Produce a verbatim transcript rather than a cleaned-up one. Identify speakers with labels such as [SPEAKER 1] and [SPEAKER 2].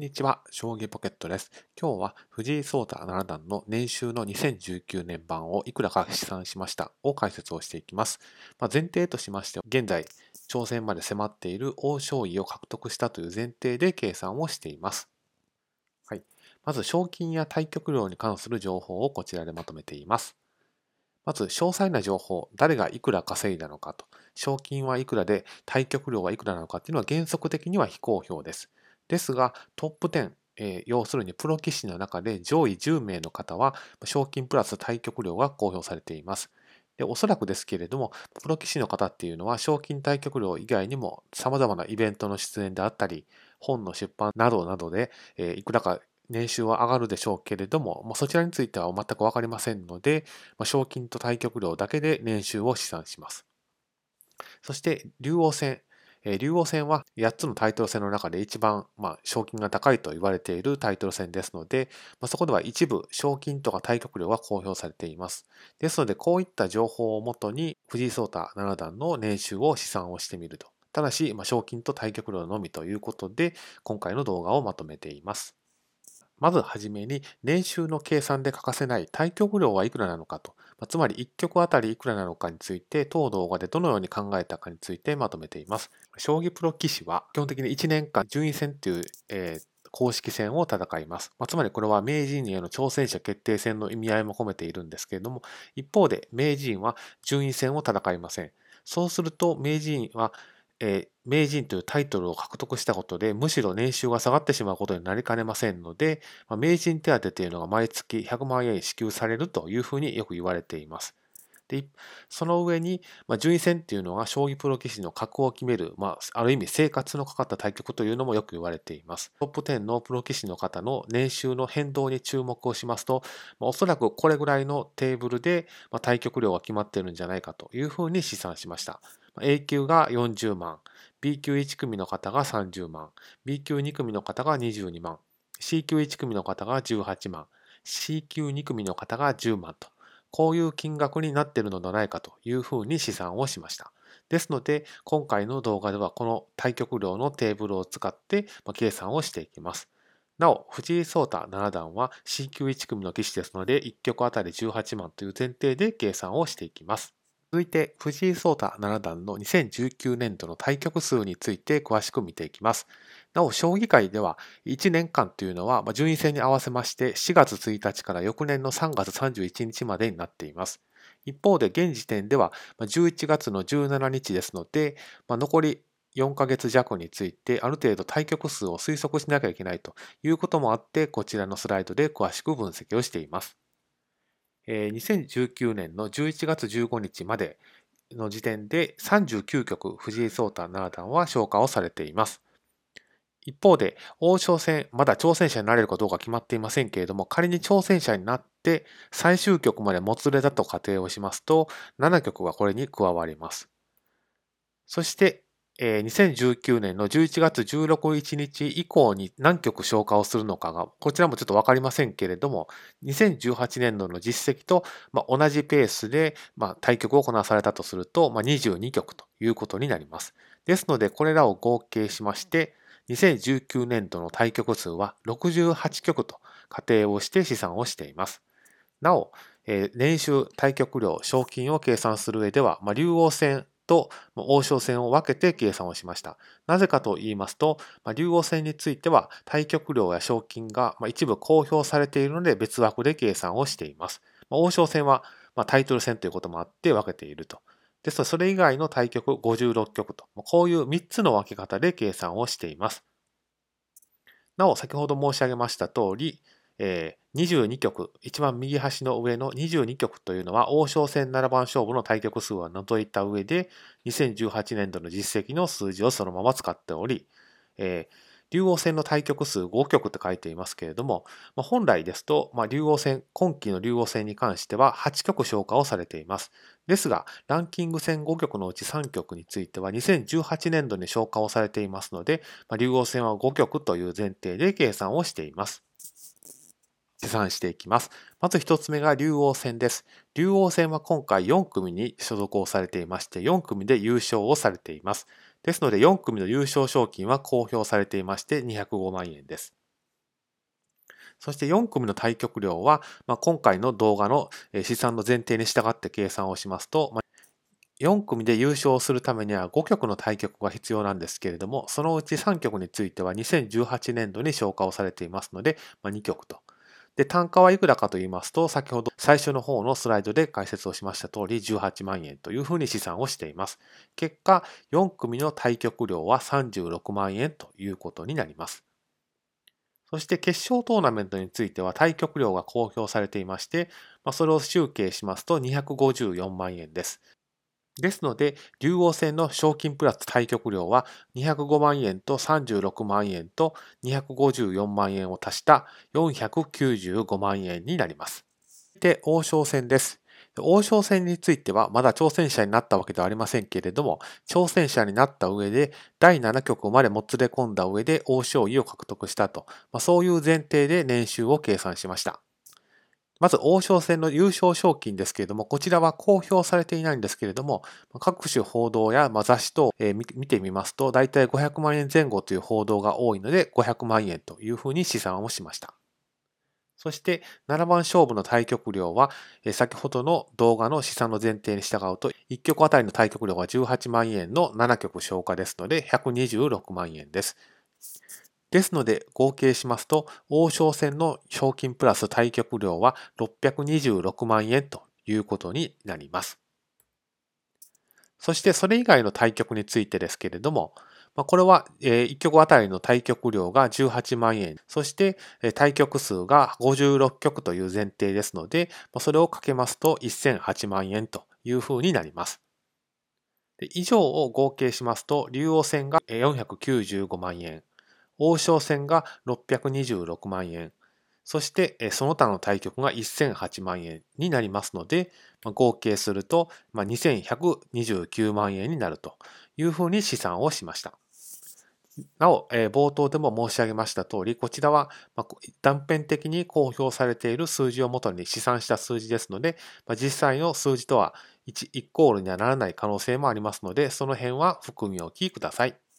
[SPEAKER 1] にちは、将棋ポケットです。今日は藤井聡太七段の年収のにせんじゅうきゅうねん版をいくらか試算しましたを解説をしていきます。まあ、前提としまして、現在、挑戦まで迫っている王将位を獲得したという前提で計算をしています。はい。まず、賞金や対局料に関する情報をこちらでまとめています。まず、詳細な情報、誰がいくら稼いだのかと、賞金はいくらで対局料はいくらなのかっていうのは原則的には非公表です。ですが、トップじゅう、えー要するにプロ棋士の中で上位じゅう名の方は、賞金プラス対局料が公表されています。で、おそらくですけれども、プロ棋士の方っていうのは、賞金対局料以外にも、様々なイベントの出演であったり、本の出版などなどで、えーいくらか年収は上がるでしょうけれども、まあ、そちらについては全く分かりませんので、まあ、賞金と対局料だけで年収を試算します。そして、竜王戦。えー竜王戦はやっつのタイトル戦の中で一番、まあ、賞金が高いと言われているタイトル戦ですので、まあ、そこでは一部賞金とか対局料が公表されています。ですので、こういった情報をもとに藤井聡太七段の年収を試算をしてみると。ただし、まあ、賞金と対局料のみということで、今回の動画をまとめています。まずはじめに、年収の計算で欠かせない対局料はいくらなのかと、まあつまりいっ局あたりいくらなのかについて、当動画でどのように考えたかについてまとめています。将棋プロ棋士は基本的にいちねんかん順位戦という、えー公式戦を戦います。まあ、つまりこれは名人への挑戦者決定戦の意味合いも込めているんですけれども、一方で名人は順位戦を戦いません。そうすると名人はえー名人というタイトルを獲得したことで、むしろ年収が下がってしまうことになりかねませんので、まあ、名人手当というのが毎月ひゃくまん円支給されるというふうによく言われています。で、その上に、まあ、順位戦っていうのは将棋プロ棋士の格を決める、まあ、ある意味生活のかかった対局というのもよく言われています。トップじゅうのプロ棋士の方の年収の変動に注目をしますと、まあ、おそらくこれぐらいのテーブルで、まあ、対局料が決まっているんじゃないかというふうに試算しました。A 級がよんじゅうまん、B 級いち組の方がさんじゅうまん、B 級に組の方がにじゅうにまん、C 級いち組の方がじゅうはちまん、C 級に組の方がじゅうまんと、こういう金額になっているのではないかというふうに試算をしました。ですので、今回の動画ではこの対局料のテーブルを使って計算をしていきます。なお、藤井聡太七段は C 級いち組の棋士ですので、いっ局あたりじゅうはちまんという前提で計算をしていきます。続いて、藤井聡太七段のにせんじゅうきゅうねん度の対局数について詳しく見ていきます。なお、将棋界ではいちねんかんというのは、順位戦に合わせましてしがつついたちから翌年のさんがつさんじゅういちにちまでになっています。一方で、現時点ではじゅういちがつのじゅうしちにちですので、まあ、残りよんかげつ弱についてある程度対局数を推測しなきゃいけないということもあって、こちらのスライドで詳しく分析をしています。にせんじゅうきゅうねんのじゅういちがつじゅうごにちまでの時点でさんじゅうきゅう局藤井聡太七段は消化をされています。一方で、王将戦、まだ挑戦者になれるかどうか決まっていませんけれども、仮に挑戦者になって最終局までもつれだと仮定をしますと、なな局がこれに加わります。そして、にせんじゅうきゅうねんのじゅういちがつじゅうろくにち以降に何局消化をするのかが、こちらもちょっとわかりませんけれども、にせんじゅうはちねん度の実績と同じペースで対局を行わされたとすると、にじゅうに局ということになります。ですので、これらを合計しまして、にせんじゅうきゅうねん度の対局数はろくじゅうはち局と仮定をして試算をしています。なお、年収、対局料、賞金を計算する上では、竜王戦と王将戦を分けて計算をしました。なぜかと言いますと、竜王戦については対局料や賞金が一部公表されているので別枠で計算をしています。王将戦はタイトル戦ということもあって分けていると。ですと、それ以外の対局ごじゅうろっ局と、こういうみっつの分け方で計算をしています。なお、先ほど申し上げました通り、えー、にじゅうに局、一番右端の上のにじゅうに局というのは王将戦ななばん勝負の対局数は除いた上で、にせんじゅうはちねん度の実績の数字をそのまま使っており、えー、竜王戦の対局数ご局って書いていますけれども、まあ、本来ですと、まあ、竜王戦、今期の竜王戦に関してははち局消化をされています。ですが、ランキング戦ご局のうちさん局についてはにせんじゅうはちねん度に消化をされていますので、まあ、竜王戦はご局という前提で計算をしています。試算していきます。まず一つ目が竜王戦です。竜王戦は今回よん組に所属をされていまして、よん組で優勝をされています。ですのでよん組の優勝賞金は公表されていましてにひゃくごまん円です。 そしてよん組の対局料は、まあ、今回の動画の試算の前提に従って計算をしますと、まあ、よん組で優勝するためにはご局の対局が必要なんですけれども、そのうちさん局についてはにせんじゅうはちねんどに消化をされていますので、まあ、に局と。で、単価はいくらかと言いますと、先ほど最初の方のスライドで解説をしました通りじゅうはちまんえんというふうに試算をしています。結果、よん組の対局料はさんじゅうろくまんえんということになります。そして決勝トーナメントについては対局料が公表されていまして、まあ、それを集計しますとにひゃくごじゅうよんまんえんです。ですので、竜王戦の賞金プラス対局料はにひゃくごまんえんとさんじゅうろくまんえんとにひゃくごじゅうよんまんえんを足したよんひゃくきゅうじゅうごまんえんになります。で、王将戦です。王将戦についてはまだ挑戦者になったわけではありませんけれども、挑戦者になった上でだいなな局までもつれ込んだ上で王将位を獲得したと、まあ、そういう前提で年収を計算しました。まず王将戦の優勝賞金ですけれども、こちらは公表されていないんですけれども、各種報道や雑誌等を見てみますと、だいたいごひゃくまんえんぜん後という報道が多いので、ごひゃくまんえんというふうに試算をしました。そしてななばん勝負の対局料は、先ほどの動画の試算の前提に従うと、いち局あたりの対局料がじゅうはちまんえんのなな局消化ですので、ひゃくにじゅうろくまんえんです。ですので、合計しますと、王将戦の賞金プラス対局料はろっぴゃくにじゅうろくまんえんということになります。そしてそれ以外の対局についてですけれども、これはいち局あたりの対局料がじゅうはちまんえん、そして対局数がごじゅうろっ局という前提ですので、それをかけますとせんはちまんえんというふうになります。以上を合計しますと、竜王戦がよんひゃくきゅうじゅうごまんえん、王将戦がろっぴゃくにじゅうろくまんえん、そしてその他の対局がせんはちまんえんになりますので、合計するとにせんひゃくにじゅうきゅうまんえんになるというふうに試算をしました。なお、冒頭でも申し上げました通り、こちらは断片的に公表されている数字をもとに試算した数字ですので、実際の数字とはいちイコールにはならない可能性もありますので、その辺は含みおきください。